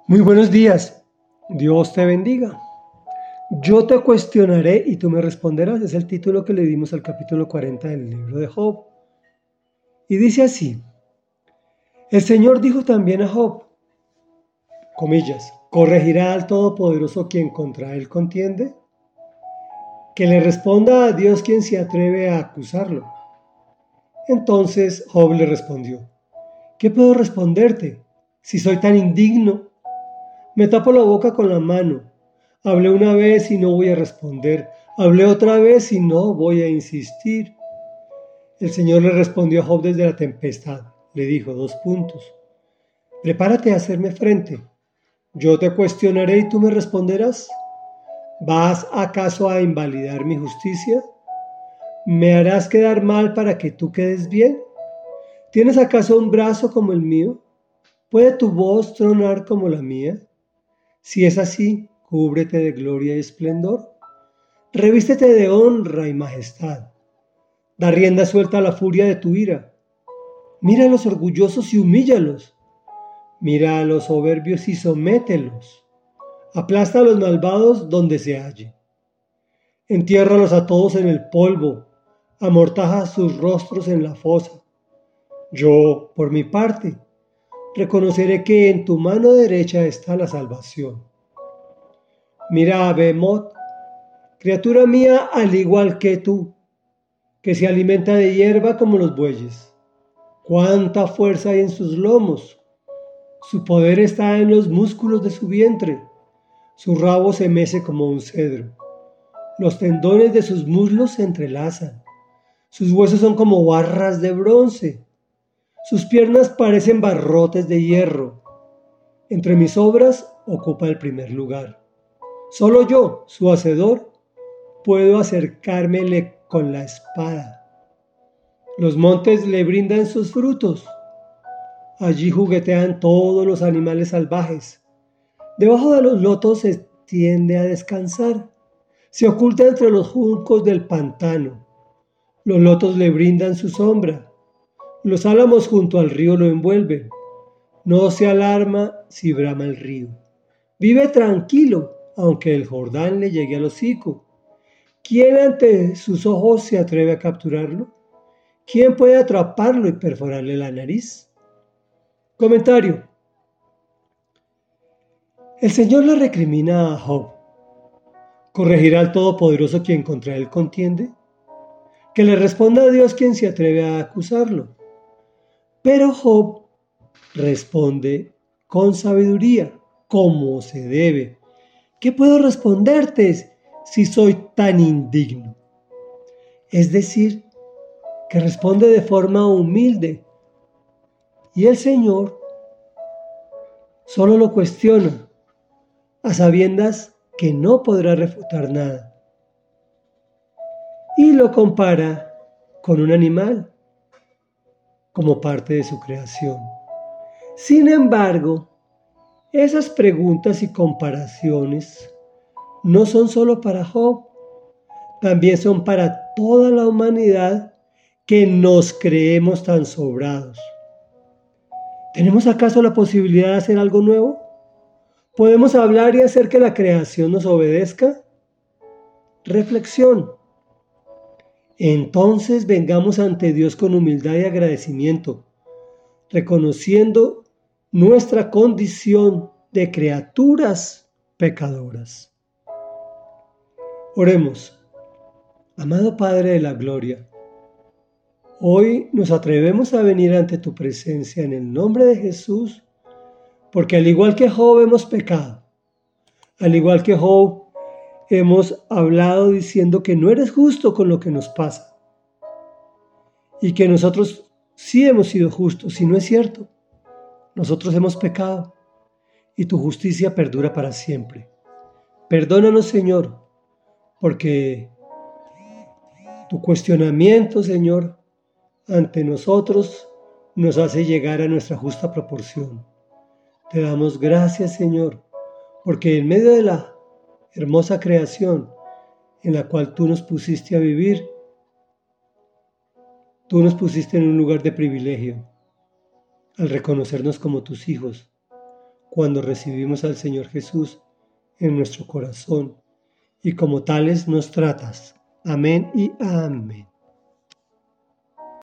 Muy buenos días, Dios te bendiga. Yo te cuestionaré y tú me responderás. Es el título que le dimos al capítulo 40 del libro de Job. Y dice así: el Señor dijo también a Job, comillas, ¿corregirá al Todopoderoso quien contra él contiende? Que le responda a Dios quien se atreve a acusarlo. Entonces Job le respondió, ¿qué puedo responderte si soy tan indigno? Me tapo la boca con la mano. Hablé una vez y no voy a responder. Hablé otra vez y no voy a insistir. El Señor le respondió a Job desde la tempestad. Le dijo prepárate a hacerme frente. Yo te cuestionaré y tú me responderás. ¿Vas acaso a invalidar mi justicia? ¿Me harás quedar mal para que tú quedes bien? ¿Tienes acaso un brazo como el mío? ¿Puede tu voz tronar como la mía? Si es así, cúbrete de gloria y esplendor. Revístete de honra y majestad. Da rienda suelta a la furia de tu ira. Mira a los orgullosos y humíllalos. Mira a los soberbios y somételos. Aplasta a los malvados donde se halle. Entiérralos a todos en el polvo. Amortaja sus rostros en la fosa. Yo, por mi parte, reconoceré que en tu mano derecha está la salvación. Mira a Behemoth, criatura mía al igual que tú, que se alimenta de hierba como los bueyes. Cuánta fuerza hay en sus lomos. Su poder está en los músculos de su vientre. Su rabo se mece como un cedro. Los tendones de sus muslos se entrelazan. Sus huesos son como barras de bronce. Sus piernas parecen barrotes de hierro. Entre mis obras ocupa el primer lugar. Solo yo, su hacedor, puedo acercármele con la espada. Los montes le brindan sus frutos. Allí juguetean todos los animales salvajes. Debajo de los lotos se tiende a descansar. Se oculta entre los juncos del pantano. Los lotos le brindan su sombra. Los álamos junto al río lo envuelven. No se alarma si brama el río. Vive tranquilo, aunque el Jordán le llegue al hocico. ¿Quién ante sus ojos se atreve a capturarlo? ¿Quién puede atraparlo y perforarle la nariz? Comentario. El Señor le recrimina a Job. ¿Corregirá al Todopoderoso quien contra él contiende? Que le responda a Dios quien se atreve a acusarlo. Pero Job responde con sabiduría, como se debe. ¿Qué puedo responderte si soy tan indigno? Es decir, que responde de forma humilde. Y el Señor solo lo cuestiona, a sabiendas que no podrá refutar nada. Y lo compara con un animal, como parte de su creación. Sin embargo, esas preguntas y comparaciones no son solo para Job, también son para toda la humanidad que nos creemos tan sobrados. ¿Tenemos acaso la posibilidad de hacer algo nuevo? ¿Podemos hablar y hacer que la creación nos obedezca? Reflexión. Entonces vengamos ante Dios con humildad y agradecimiento, reconociendo nuestra condición de criaturas pecadoras. Oremos. Amado Padre de la Gloria, hoy nos atrevemos a venir ante tu presencia en el nombre de Jesús, porque al igual que Job hemos pecado, al igual que Job hemos hablado diciendo que no eres justo con lo que nos pasa y que nosotros sí hemos sido justos, y no es cierto. Nosotros hemos pecado y tu justicia perdura para siempre. Perdónanos, Señor, porque tu cuestionamiento, Señor, ante nosotros nos hace llegar a nuestra justa proporción. Te damos gracias, Señor, porque en medio de la hermosa creación en la cual tú nos pusiste a vivir, tú nos pusiste en un lugar de privilegio al reconocernos como tus hijos. cuando recibimos al Señor Jesús en nuestro corazón y como tales nos tratas. Amén y amén.